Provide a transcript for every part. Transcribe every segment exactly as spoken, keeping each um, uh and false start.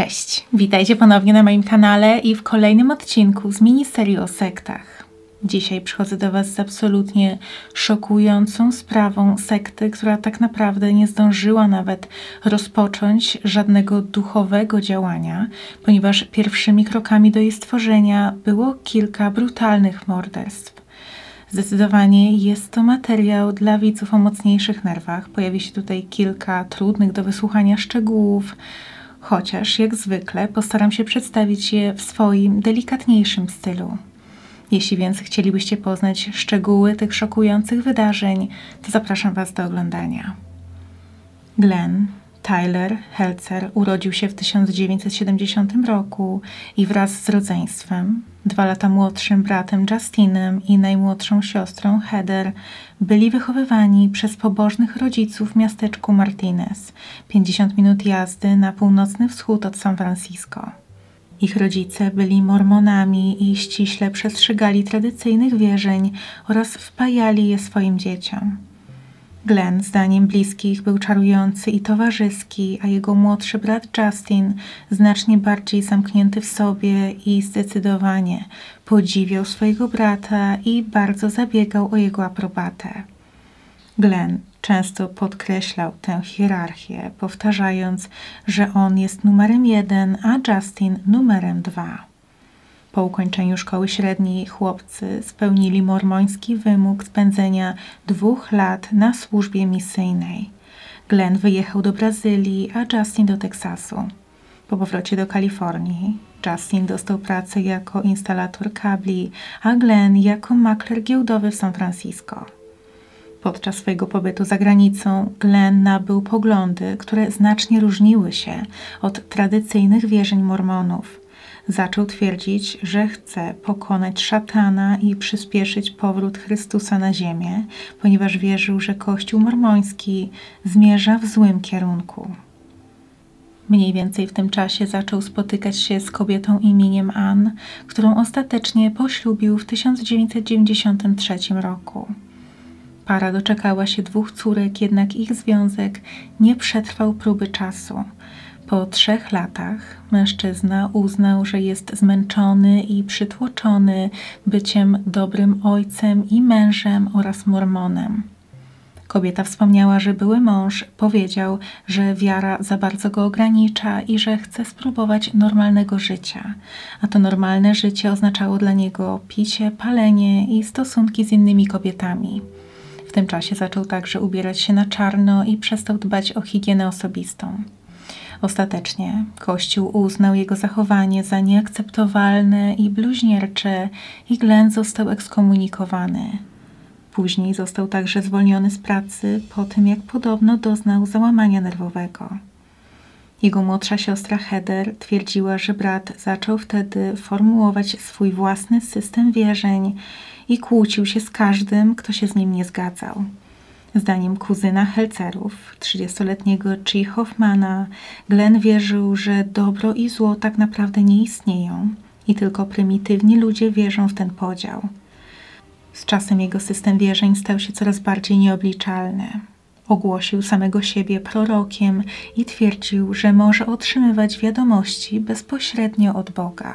Cześć, witajcie ponownie na moim kanale i w kolejnym odcinku z miniserii o sektach. Dzisiaj przychodzę do Was z absolutnie szokującą sprawą sekty, która tak naprawdę nie zdążyła nawet rozpocząć żadnego duchowego działania, ponieważ pierwszymi krokami do jej stworzenia było kilka brutalnych morderstw. Zdecydowanie jest to materiał dla widzów o mocniejszych nerwach. Pojawi się tutaj kilka trudnych do wysłuchania szczegółów, chociaż jak zwykle postaram się przedstawić je w swoim delikatniejszym stylu. Jeśli więc chcielibyście poznać szczegóły tych szokujących wydarzeń, to zapraszam Was do oglądania. Glenn Tyler Heltzer urodził się w tysiąc dziewięćset siedemdziesiątym roku i wraz z rodzeństwem, dwa lata młodszym bratem Justinem i najmłodszą siostrą Heather byli wychowywani przez pobożnych rodziców w miasteczku Martinez, pięćdziesiąt minut jazdy na północny wschód od San Francisco. Ich rodzice byli mormonami i ściśle przestrzegali tradycyjnych wierzeń oraz wpajali je swoim dzieciom. Glenn, zdaniem bliskich, był czarujący i towarzyski, a jego młodszy brat Justin znacznie bardziej zamknięty w sobie i zdecydowanie podziwiał swojego brata i bardzo zabiegał o jego aprobatę. Glenn często podkreślał tę hierarchię, powtarzając, że on jest numerem jeden, a Justin numerem dwa. Po ukończeniu szkoły średniej chłopcy spełnili mormoński wymóg spędzenia dwóch lat na służbie misyjnej. Glenn wyjechał do Brazylii, a Justin do Teksasu. Po powrocie do Kalifornii Justin dostał pracę jako instalator kabli, a Glenn jako makler giełdowy w San Francisco. Podczas swojego pobytu za granicą Glenn nabył poglądy, które znacznie różniły się od tradycyjnych wierzeń mormonów. Zaczął twierdzić, że chce pokonać szatana i przyspieszyć powrót Chrystusa na ziemię, ponieważ wierzył, że Kościół mormoński zmierza w złym kierunku. Mniej więcej w tym czasie zaczął spotykać się z kobietą imieniem Ann, którą ostatecznie poślubił w tysiąc dziewięćset dziewięćdziesiątym trzecim roku. Para doczekała się dwóch córek, jednak ich związek nie przetrwał próby czasu. Po trzech latach mężczyzna uznał, że jest zmęczony i przytłoczony byciem dobrym ojcem i mężem oraz mormonem. Kobieta wspomniała, że były mąż powiedział, że wiara za bardzo go ogranicza i że chce spróbować normalnego życia, a to normalne życie oznaczało dla niego picie, palenie i stosunki z innymi kobietami. W tym czasie zaczął także ubierać się na czarno i przestał dbać o higienę osobistą. Ostatecznie Kościół uznał jego zachowanie za nieakceptowalne i bluźniercze i Glenn został ekskomunikowany. Później został także zwolniony z pracy po tym, jak podobno doznał załamania nerwowego. Jego młodsza siostra Heather twierdziła, że brat zaczął wtedy formułować swój własny system wierzeń i kłócił się z każdym, kto się z nim nie zgadzał. Zdaniem kuzyna Heltzerów, trzydziestoletniego Chi Hoffmana, Glenn wierzył, że dobro i zło tak naprawdę nie istnieją i tylko prymitywni ludzie wierzą w ten podział. Z czasem jego system wierzeń stał się coraz bardziej nieobliczalny. Ogłosił samego siebie prorokiem i twierdził, że może otrzymywać wiadomości bezpośrednio od Boga.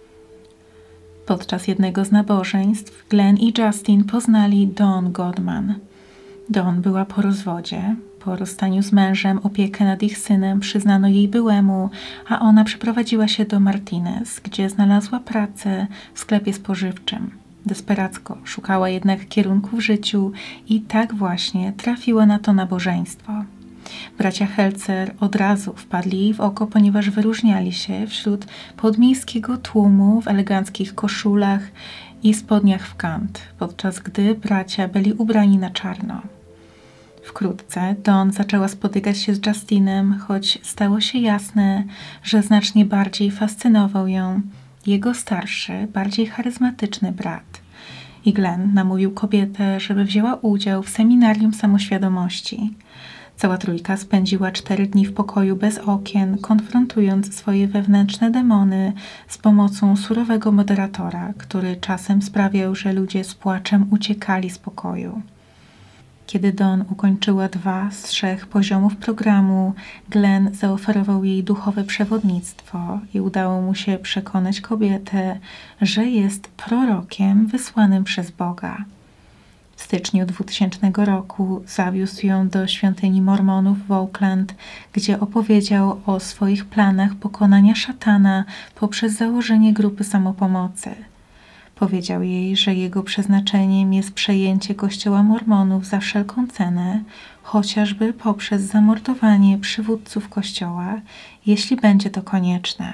Podczas jednego z nabożeństw Glenn i Justin poznali Dawn Godman. Dawn była po rozwodzie. Po rozstaniu z mężem opiekę nad ich synem przyznano jej byłemu, a ona przeprowadziła się do Martinez, gdzie znalazła pracę w sklepie spożywczym. Desperacko szukała jednak kierunku w życiu i tak właśnie trafiła na to nabożeństwo. Bracia Heltzer od razu wpadli jej w oko, ponieważ wyróżniali się wśród podmiejskiego tłumu w eleganckich koszulach i spodniach w kant, podczas gdy bracia byli ubrani na czarno. Wkrótce Dawn zaczęła spotykać się z Justinem, choć stało się jasne, że znacznie bardziej fascynował ją jego starszy, bardziej charyzmatyczny brat. I Glenn namówił kobietę, żeby wzięła udział w seminarium samoświadomości. Cała trójka spędziła cztery dni w pokoju bez okien, konfrontując swoje wewnętrzne demony z pomocą surowego moderatora, który czasem sprawiał, że ludzie z płaczem uciekali z pokoju. Kiedy Dawn ukończyła dwa z trzech poziomów programu, Glenn zaoferował jej duchowe przewodnictwo i udało mu się przekonać kobietę, że jest prorokiem wysłanym przez Boga. W styczniu dwutysięcznego roku zawiózł ją do świątyni Mormonów w Oakland, gdzie opowiedział o swoich planach pokonania szatana poprzez założenie grupy samopomocy. Powiedział jej, że jego przeznaczeniem jest przejęcie kościoła Mormonów za wszelką cenę, chociażby poprzez zamordowanie przywódców kościoła, jeśli będzie to konieczne.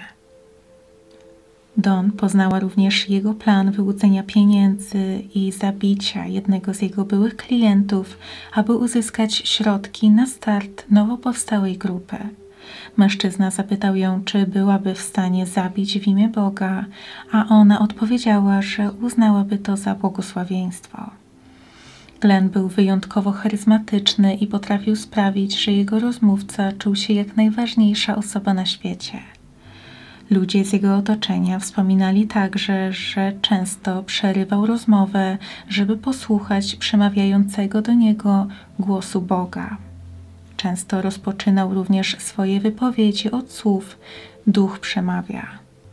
Dawn poznała również jego plan wyłudzenia pieniędzy i zabicia jednego z jego byłych klientów, aby uzyskać środki na start nowo powstałej grupy. Mężczyzna zapytał ją, czy byłaby w stanie zabić w imię Boga, a ona odpowiedziała, że uznałaby to za błogosławieństwo. Glenn był wyjątkowo charyzmatyczny i potrafił sprawić, że jego rozmówca czuł się jak najważniejsza osoba na świecie. Ludzie z jego otoczenia wspominali także, że często przerywał rozmowę, żeby posłuchać przemawiającego do niego głosu Boga. Często rozpoczynał również swoje wypowiedzi od słów „Duch przemawia”.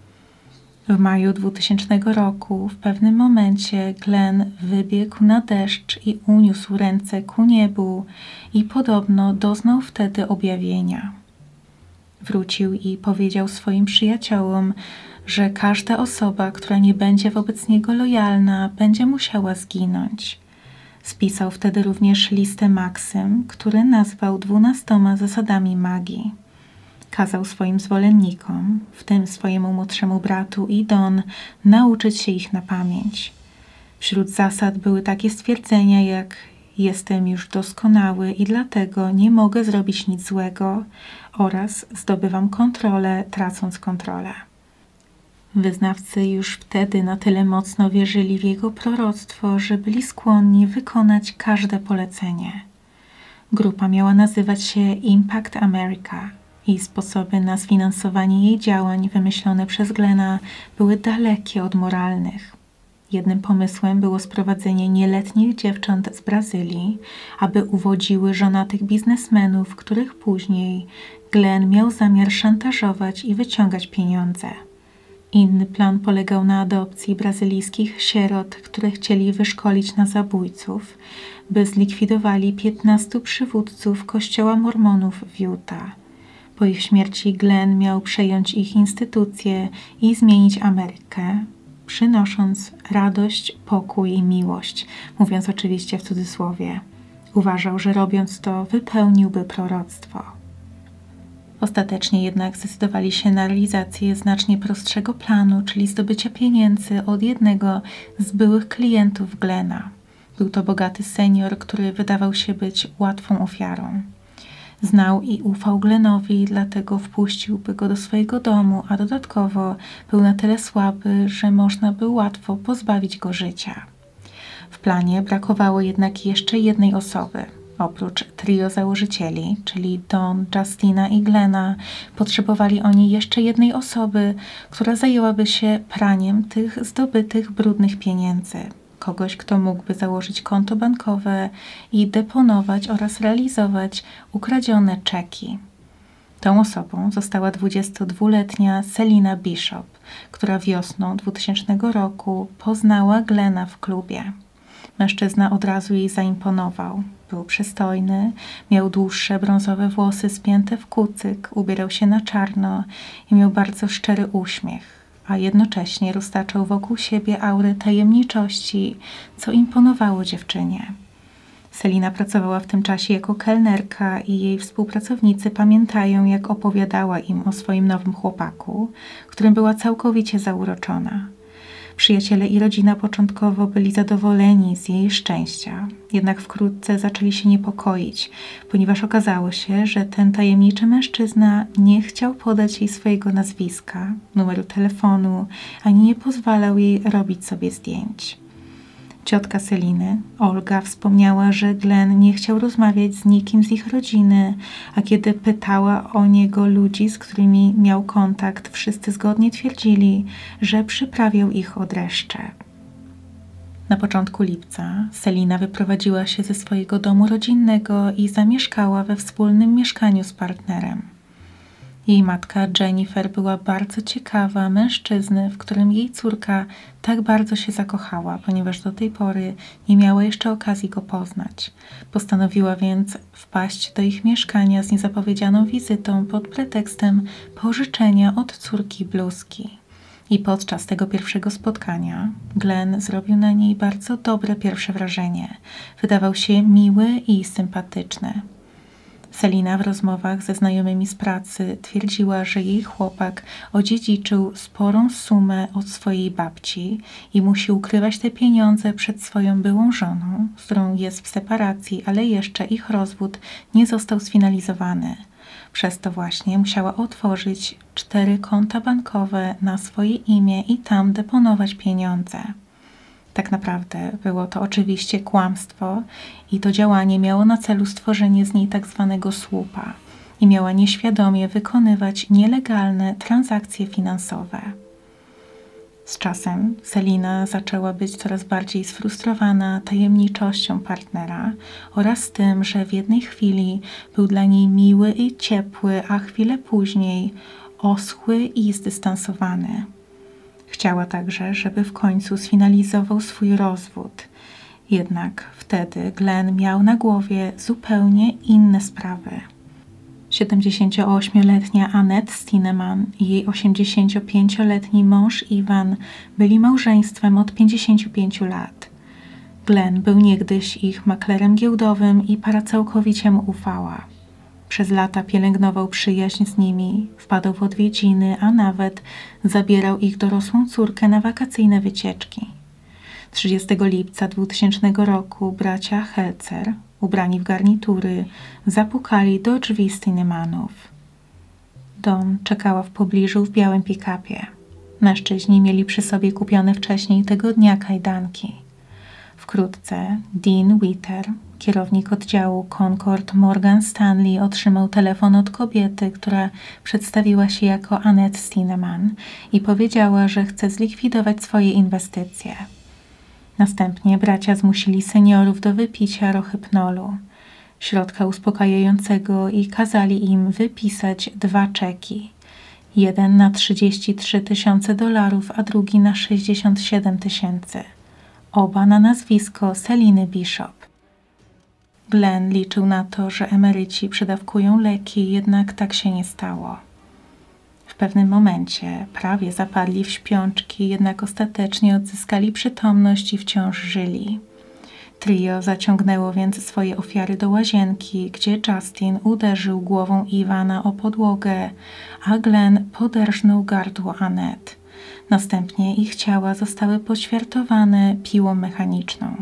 W maju dwutysięcznego roku w pewnym momencie Glenn wybiegł na deszcz i uniósł ręce ku niebu i podobno doznał wtedy objawienia. Wrócił i powiedział swoim przyjaciołom, że każda osoba, która nie będzie wobec niego lojalna, będzie musiała zginąć. Spisał wtedy również listę maksym, które nazwał dwunastoma zasadami magii. Kazał swoim zwolennikom, w tym swojemu młodszemu bratu i Dawn, nauczyć się ich na pamięć. Wśród zasad były takie stwierdzenia jak „jestem już doskonały i dlatego nie mogę zrobić nic złego” oraz „zdobywam kontrolę, tracąc kontrolę”. Wyznawcy już wtedy na tyle mocno wierzyli w jego proroctwo, że byli skłonni wykonać każde polecenie. Grupa miała nazywać się Impact America i sposoby na sfinansowanie jej działań wymyślone przez Glenna były dalekie od moralnych. Jednym pomysłem było sprowadzenie nieletnich dziewcząt z Brazylii, aby uwodziły żonatych biznesmenów, których później Glenn miał zamiar szantażować i wyciągać pieniądze. Inny plan polegał na adopcji brazylijskich sierot, które chcieli wyszkolić na zabójców, by zlikwidowali piętnastu przywódców kościoła Mormonów w Utah. Po ich śmierci Glenn miał przejąć ich instytucje i zmienić Amerykę, przynosząc radość, pokój i miłość, mówiąc oczywiście w cudzysłowie. Uważał, że robiąc to wypełniłby proroctwo. Ostatecznie jednak zdecydowali się na realizację znacznie prostszego planu, czyli zdobycia pieniędzy od jednego z byłych klientów Glenna. Był to bogaty senior, który wydawał się być łatwą ofiarą. Znał i ufał Glennowi, dlatego wpuściłby go do swojego domu, a dodatkowo był na tyle słaby, że można by łatwo pozbawić go życia. W planie brakowało jednak jeszcze jednej osoby. Oprócz trio założycieli, czyli Dawn, Justina i Glenna, potrzebowali oni jeszcze jednej osoby, która zajęłaby się praniem tych zdobytych brudnych pieniędzy. Kogoś, kto mógłby założyć konto bankowe i deponować oraz realizować ukradzione czeki. Tą osobą została dwudziestodwuletnia Selina Bishop, która wiosną dwutysięcznego roku poznała Glenna w klubie. Mężczyzna od razu jej zaimponował. Był przystojny, miał dłuższe brązowe włosy spięte w kucyk, ubierał się na czarno i miał bardzo szczery uśmiech, a jednocześnie roztaczał wokół siebie aurę tajemniczości, co imponowało dziewczynie. Selina pracowała w tym czasie jako kelnerka i jej współpracownicy pamiętają, jak opowiadała im o swoim nowym chłopaku, którym była całkowicie zauroczona. Przyjaciele i rodzina początkowo byli zadowoleni z jej szczęścia, jednak wkrótce zaczęli się niepokoić, ponieważ okazało się, że ten tajemniczy mężczyzna nie chciał podać jej swojego nazwiska, numeru telefonu, ani nie pozwalał jej robić sobie zdjęć. Ciotka Seliny, Olga, wspomniała, że Glenn nie chciał rozmawiać z nikim z ich rodziny, a kiedy pytała o niego ludzi, z którymi miał kontakt, wszyscy zgodnie twierdzili, że przyprawiał ich o dreszcze. Na początku lipca Selina wyprowadziła się ze swojego domu rodzinnego i zamieszkała we wspólnym mieszkaniu z partnerem. Jej matka Jennifer była bardzo ciekawa mężczyzny, w którym jej córka tak bardzo się zakochała, ponieważ do tej pory nie miała jeszcze okazji go poznać. Postanowiła więc wpaść do ich mieszkania z niezapowiedzianą wizytą pod pretekstem pożyczenia od córki bluzki. I podczas tego pierwszego spotkania Glenn zrobił na niej bardzo dobre pierwsze wrażenie. Wydawał się miły i sympatyczny. Selina w rozmowach ze znajomymi z pracy twierdziła, że jej chłopak odziedziczył sporą sumę od swojej babci i musi ukrywać te pieniądze przed swoją byłą żoną, z którą jest w separacji, ale jeszcze ich rozwód nie został sfinalizowany. Przez to właśnie musiała otworzyć cztery konta bankowe na swoje imię i tam deponować pieniądze. Tak naprawdę było to oczywiście kłamstwo i to działanie miało na celu stworzenie z niej tak zwanego słupa i miała nieświadomie wykonywać nielegalne transakcje finansowe. Z czasem Selina zaczęła być coraz bardziej sfrustrowana tajemniczością partnera oraz tym, że w jednej chwili był dla niej miły i ciepły, a chwilę później oschły i zdystansowany. Chciała także, żeby w końcu sfinalizował swój rozwód. Jednak wtedy Glenn miał na głowie zupełnie inne sprawy. siedemdziesięcioośmioletnia Annette Stineman i jej osiemdziesięciopięcioletni mąż Iwan byli małżeństwem od pięćdziesięciu pięciu lat. Glenn był niegdyś ich maklerem giełdowym i para całkowicie mu ufała. Przez lata pielęgnował przyjaźń z nimi, wpadał w odwiedziny, a nawet zabierał ich dorosłą córkę na wakacyjne wycieczki. trzydziestego lipca dwutysięcznego roku bracia Helzer, ubrani w garnitury, zapukali do drzwi Stinemanów. Dawn czekała w pobliżu w białym pick-upie. Mężczyźni mieli przy sobie kupione wcześniej tego dnia kajdanki. Wkrótce Dean Witter, kierownik oddziału Concord Morgan Stanley, otrzymał telefon od kobiety, która przedstawiła się jako Annette Stineman i powiedziała, że chce zlikwidować swoje inwestycje. Następnie bracia zmusili seniorów do wypicia rohypnolu, środka uspokajającego, i kazali im wypisać dwa czeki. Jeden na trzydzieści trzy tysiące dolarów, a drugi na sześćdziesiąt siedem tysięcy. Oba na nazwisko Seliny Bishop. Glenn liczył na to, że emeryci przedawkują leki, jednak tak się nie stało. W pewnym momencie prawie zapadli w śpiączki, jednak ostatecznie odzyskali przytomność i wciąż żyli. Trio zaciągnęło więc swoje ofiary do łazienki, gdzie Justin uderzył głową Iwana o podłogę, a Glenn poderżnął gardło Annette. Następnie ich ciała zostały poćwiartowane piłą mechaniczną.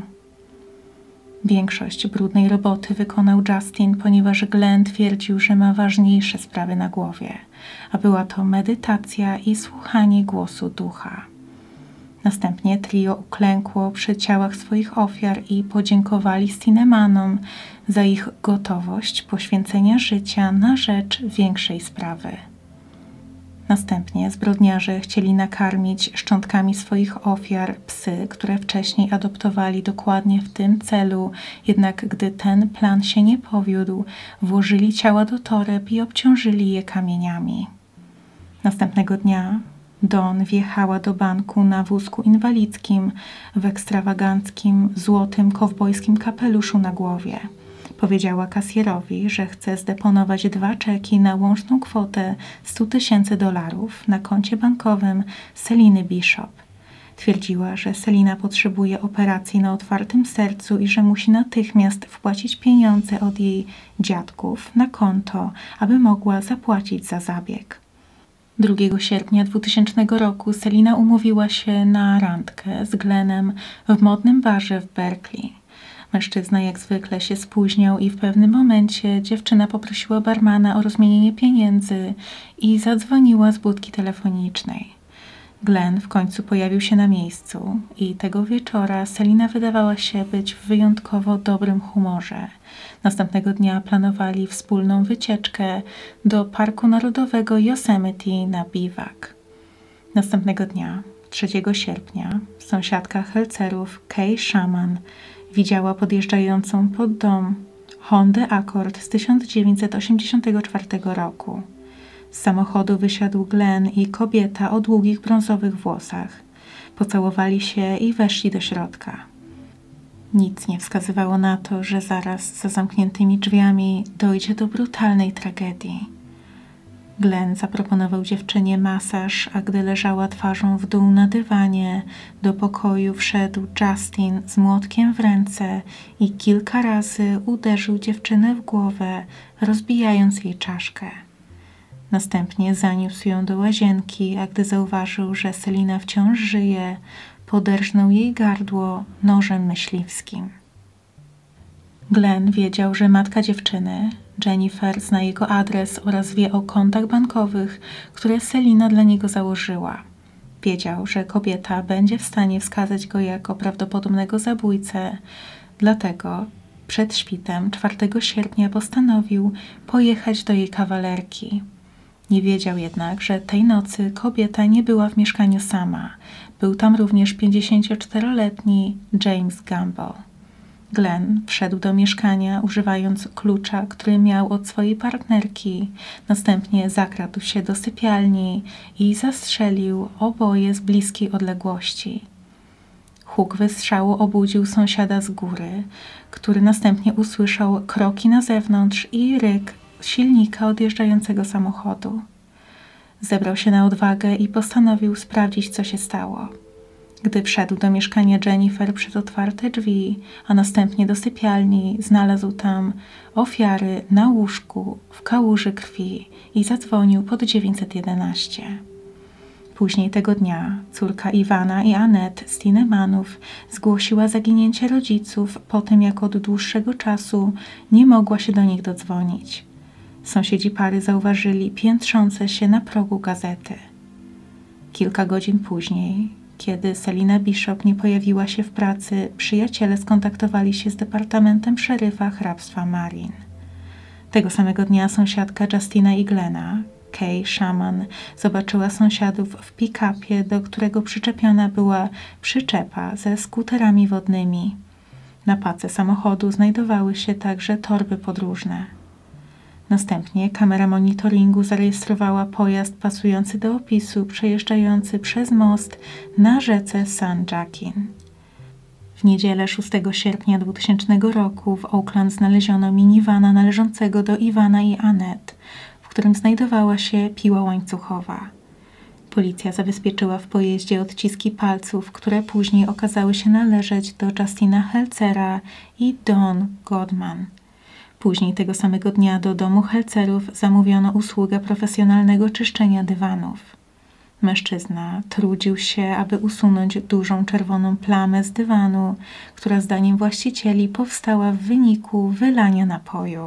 Większość brudnej roboty wykonał Justin, ponieważ Glenn twierdził, że ma ważniejsze sprawy na głowie, a była to medytacja i słuchanie głosu ducha. Następnie trio uklękło przy ciałach swoich ofiar i podziękowali Stinemanom za ich gotowość poświęcenia życia na rzecz większej sprawy. Następnie zbrodniarze chcieli nakarmić szczątkami swoich ofiar psy, które wcześniej adoptowali dokładnie w tym celu, jednak gdy ten plan się nie powiódł, włożyli ciała do toreb i obciążyli je kamieniami. Następnego dnia Dawn wjechała do banku na wózku inwalidzkim w ekstrawaganckim, złotym, kowbojskim kapeluszu na głowie. Powiedziała kasjerowi, że chce zdeponować dwa czeki na łączną kwotę stu tysięcy dolarów na koncie bankowym Seliny Bishop. Twierdziła, że Selina potrzebuje operacji na otwartym sercu i że musi natychmiast wpłacić pieniądze od jej dziadków na konto, aby mogła zapłacić za zabieg. drugiego sierpnia dwutysięcznego roku Selina umówiła się na randkę z Glennem w modnym barze w Berkeley. Mężczyzna jak zwykle się spóźniał i w pewnym momencie dziewczyna poprosiła barmana o rozmienienie pieniędzy i zadzwoniła z budki telefonicznej. Glenn w końcu pojawił się na miejscu i tego wieczora Selina wydawała się być w wyjątkowo dobrym humorze. Następnego dnia planowali wspólną wycieczkę do Parku Narodowego Yosemite na biwak. Następnego dnia trzeciego sierpnia sąsiadka Helcerów Kay Schaman widziała podjeżdżającą pod dom Hondę Accord z tysiąc dziewięćset osiemdziesiątego czwartego roku. Z samochodu wysiadł Glenn i kobieta o długich brązowych włosach. Pocałowali się i weszli do środka. Nic nie wskazywało na to, że zaraz za zamkniętymi drzwiami dojdzie do brutalnej tragedii. Glenn zaproponował dziewczynie masaż, a gdy leżała twarzą w dół na dywanie, do pokoju wszedł Justin z młotkiem w ręce i kilka razy uderzył dziewczynę w głowę, rozbijając jej czaszkę. Następnie zaniósł ją do łazienki, a gdy zauważył, że Selina wciąż żyje, poderżnął jej gardło nożem myśliwskim. Glenn wiedział, że matka dziewczyny, Jennifer, zna jego adres oraz wie o kontach bankowych, które Selina dla niego założyła. Wiedział, że kobieta będzie w stanie wskazać go jako prawdopodobnego zabójcę, dlatego przed świtem czwartego sierpnia postanowił pojechać do jej kawalerki. Nie wiedział jednak, że tej nocy kobieta nie była w mieszkaniu sama. Był tam również pięćdziesięcioczteroletni James Gamble. Glenn wszedł do mieszkania, używając klucza, który miał od swojej partnerki. Następnie zakradł się do sypialni i zastrzelił oboje z bliskiej odległości. Huk wystrzału obudził sąsiada z góry, który następnie usłyszał kroki na zewnątrz i ryk silnika odjeżdżającego samochodu. Zebrał się na odwagę i postanowił sprawdzić, co się stało. Gdy wszedł do mieszkania Jennifer przez otwarte drzwi, a następnie do sypialni, znalazł tam ofiary na łóżku w kałuży krwi i zadzwonił pod dziewięćset jedenaście. Później tego dnia córka Iwana i Annette z Tinnemanów zgłosiła zaginięcie rodziców po tym, jak od dłuższego czasu nie mogła się do nich dodzwonić. Sąsiedzi pary zauważyli piętrzące się na progu gazety. Kilka godzin później, kiedy Selina Bishop nie pojawiła się w pracy, przyjaciele skontaktowali się z Departamentem Szeryfa Hrabstwa Marin. Tego samego dnia sąsiadka Justina i Glena, Kay Schaman, zobaczyła sąsiadów w pick-upie, do którego przyczepiona była przyczepa ze skuterami wodnymi. Na pace samochodu znajdowały się także torby podróżne. Następnie kamera monitoringu zarejestrowała pojazd pasujący do opisu, przejeżdżający przez most na rzece San Joaquin. W niedzielę szóstego sierpnia dwutysięcznego roku w Oakland znaleziono minivana należącego do Iwana i Annette, w którym znajdowała się piła łańcuchowa. Policja zabezpieczyła w pojeździe odciski palców, które później okazały się należeć do Justina Helcera i Dawn Godman. Później tego samego dnia do domu Helcerów zamówiono usługę profesjonalnego czyszczenia dywanów. Mężczyzna trudził się, aby usunąć dużą czerwoną plamę z dywanu, która zdaniem właścicieli powstała w wyniku wylania napoju.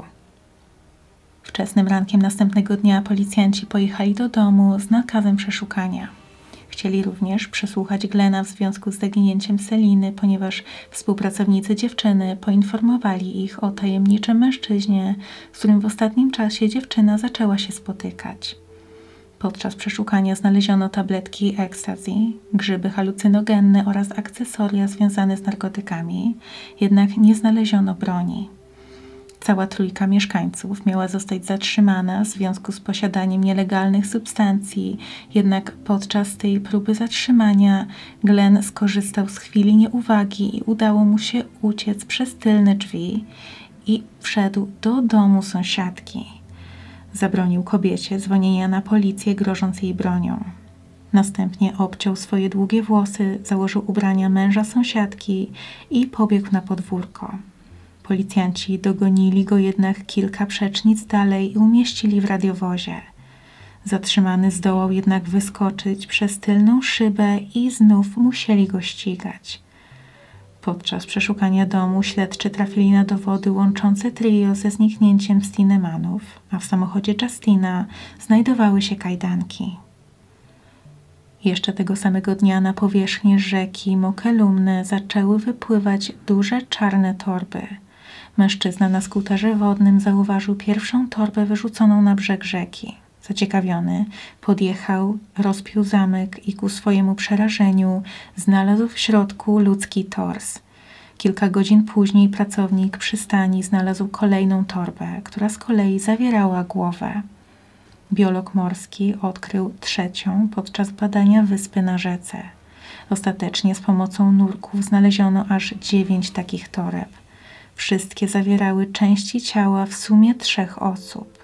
Wczesnym rankiem następnego dnia policjanci pojechali do domu z nakazem przeszukania. Chcieli również przesłuchać Glena w związku z zaginięciem Seliny, ponieważ współpracownicy dziewczyny poinformowali ich o tajemniczym mężczyźnie, z którym w ostatnim czasie dziewczyna zaczęła się spotykać. Podczas przeszukania znaleziono tabletki ecstasy, grzyby halucynogenne oraz akcesoria związane z narkotykami, jednak nie znaleziono broni. Cała trójka mieszkańców miała zostać zatrzymana w związku z posiadaniem nielegalnych substancji, jednak podczas tej próby zatrzymania Glenn skorzystał z chwili nieuwagi i udało mu się uciec przez tylne drzwi i wszedł do domu sąsiadki. Zabronił kobiecie dzwonienia na policję, grożąc jej bronią. Następnie obciął swoje długie włosy, założył ubrania męża sąsiadki i pobiegł na podwórko. Policjanci dogonili go jednak kilka przecznic dalej i umieścili w radiowozie. Zatrzymany zdołał jednak wyskoczyć przez tylną szybę i znów musieli go ścigać. Podczas przeszukania domu śledczy trafili na dowody łączące trio ze zniknięciem z Tinnemanów, a w samochodzie Justina znajdowały się kajdanki. Jeszcze tego samego dnia na powierzchnię rzeki Mokelumne zaczęły wypływać duże czarne torby. Mężczyzna na skuterze wodnym zauważył pierwszą torbę wyrzuconą na brzeg rzeki. Zaciekawiony, podjechał, rozpiął zamek i ku swojemu przerażeniu znalazł w środku ludzki tors. Kilka godzin później pracownik przystani znalazł kolejną torbę, która z kolei zawierała głowę. Biolog morski odkrył trzecią podczas badania wyspy na rzece. Ostatecznie z pomocą nurków znaleziono aż dziewięć takich toreb. Wszystkie zawierały części ciała w sumie trzech osób.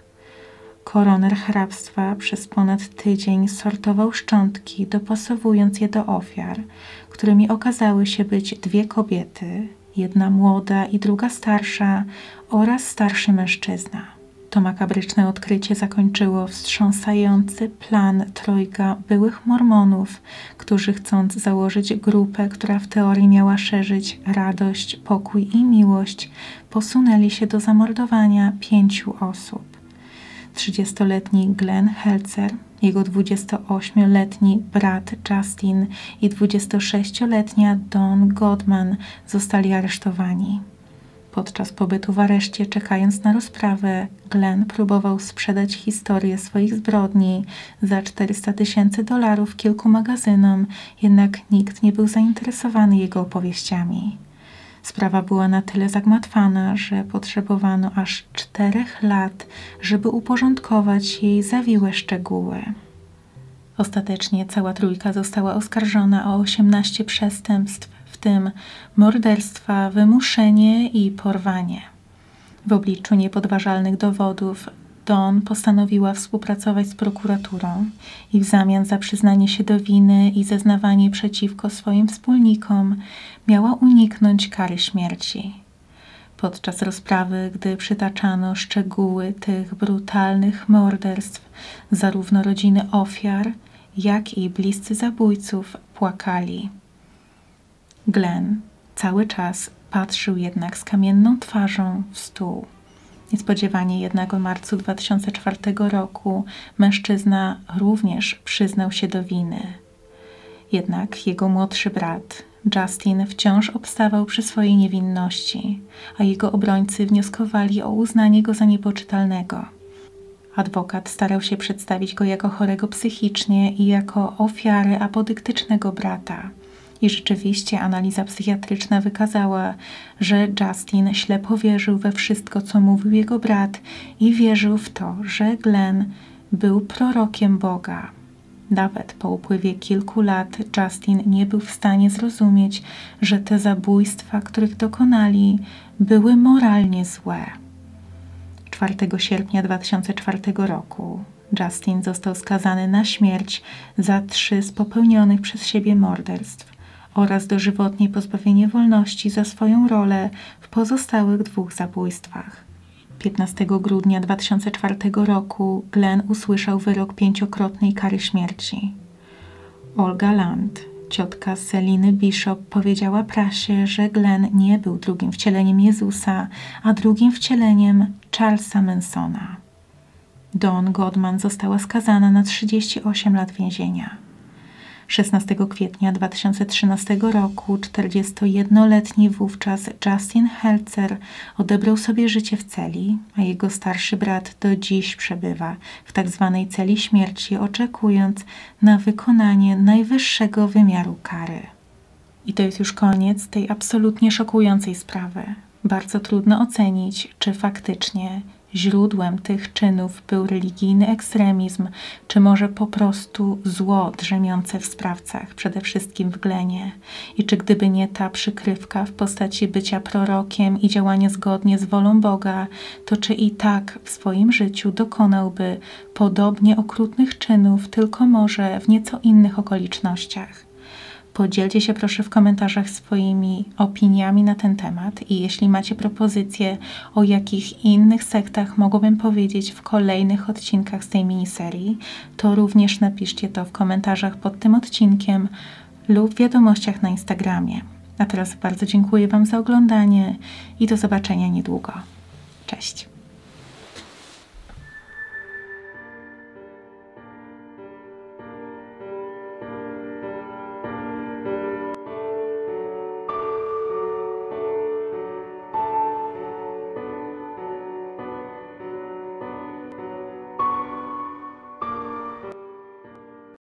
Koroner hrabstwa przez ponad tydzień sortował szczątki, dopasowując je do ofiar, którymi okazały się być dwie kobiety, jedna młoda i druga starsza oraz starszy mężczyzna. To makabryczne odkrycie zakończyło wstrząsający plan trojga byłych mormonów, którzy chcąc założyć grupę, która w teorii miała szerzyć radość, pokój i miłość, posunęli się do zamordowania pięciu osób. trzydziestoletni Glenn Heltzer, jego dwudziestoośmioletni brat Justin i dwudziestosześcioletnia Dawn Godman zostali aresztowani. Podczas pobytu w areszcie, czekając na rozprawę, Glenn próbował sprzedać historię swoich zbrodni za czterysta tysięcy dolarów kilku magazynom, jednak nikt nie był zainteresowany jego opowieściami. Sprawa była na tyle zagmatwana, że potrzebowano aż czterech lat, żeby uporządkować jej zawiłe szczegóły. Ostatecznie cała trójka została oskarżona o osiemnaście przestępstw, w tym morderstwa, wymuszenie i porwanie. W obliczu niepodważalnych dowodów Dawn postanowiła współpracować z prokuraturą i w zamian za przyznanie się do winy i zeznawanie przeciwko swoim wspólnikom miała uniknąć kary śmierci. Podczas rozprawy, gdy przytaczano szczegóły tych brutalnych morderstw, zarówno rodziny ofiar, jak i bliscy zabójców płakali. Glenn cały czas patrzył jednak z kamienną twarzą w stół. Niespodziewanie jednak w marcu dwa tysiące czwartego roku mężczyzna również przyznał się do winy. Jednak jego młodszy brat, Justin, wciąż obstawał przy swojej niewinności, a jego obrońcy wnioskowali o uznanie go za niepoczytalnego. Adwokat starał się przedstawić go jako chorego psychicznie i jako ofiarę apodyktycznego brata. I rzeczywiście analiza psychiatryczna wykazała, że Justin ślepo wierzył we wszystko, co mówił jego brat i wierzył w to, że Glenn był prorokiem Boga. Nawet po upływie kilku lat Justin nie był w stanie zrozumieć, że te zabójstwa, których dokonali, były moralnie złe. czwartego sierpnia dwa tysiące czwartego roku Justin został skazany na śmierć za trzy z popełnionych przez siebie morderstw oraz dożywotnie pozbawienie wolności za swoją rolę w pozostałych dwóch zabójstwach. piętnastego grudnia dwa tysiące czwartego roku Glenn usłyszał wyrok pięciokrotnej kary śmierci. Olga Land, ciotka Seliny Bishop, powiedziała prasie, że Glenn nie był drugim wcieleniem Jezusa, a drugim wcieleniem Charlesa Mansona. Dawn Godman została skazana na trzydzieści osiem lat więzienia. szesnastego kwietnia dwa tysiące trzynastego roku czterdziestojednoletni wówczas Justin Heltzer odebrał sobie życie w celi, a jego starszy brat do dziś przebywa w tak zwanej celi śmierci, oczekując na wykonanie najwyższego wymiaru kary. I to jest już koniec tej absolutnie szokującej sprawy. Bardzo trudno ocenić, czy faktycznie źródłem tych czynów był religijny ekstremizm, czy może po prostu zło drzemiące w sprawcach, przede wszystkim w Glennie. I czy gdyby nie ta przykrywka w postaci bycia prorokiem i działania zgodnie z wolą Boga, to czy i tak w swoim życiu dokonałby podobnie okrutnych czynów, tylko może w nieco innych okolicznościach. Podzielcie się proszę w komentarzach swoimi opiniami na ten temat i jeśli macie propozycje, o jakich innych sektach mogłabym powiedzieć w kolejnych odcinkach z tej miniserii, to również napiszcie to w komentarzach pod tym odcinkiem lub w wiadomościach na Instagramie. A teraz bardzo dziękuję Wam za oglądanie i do zobaczenia niedługo. Cześć!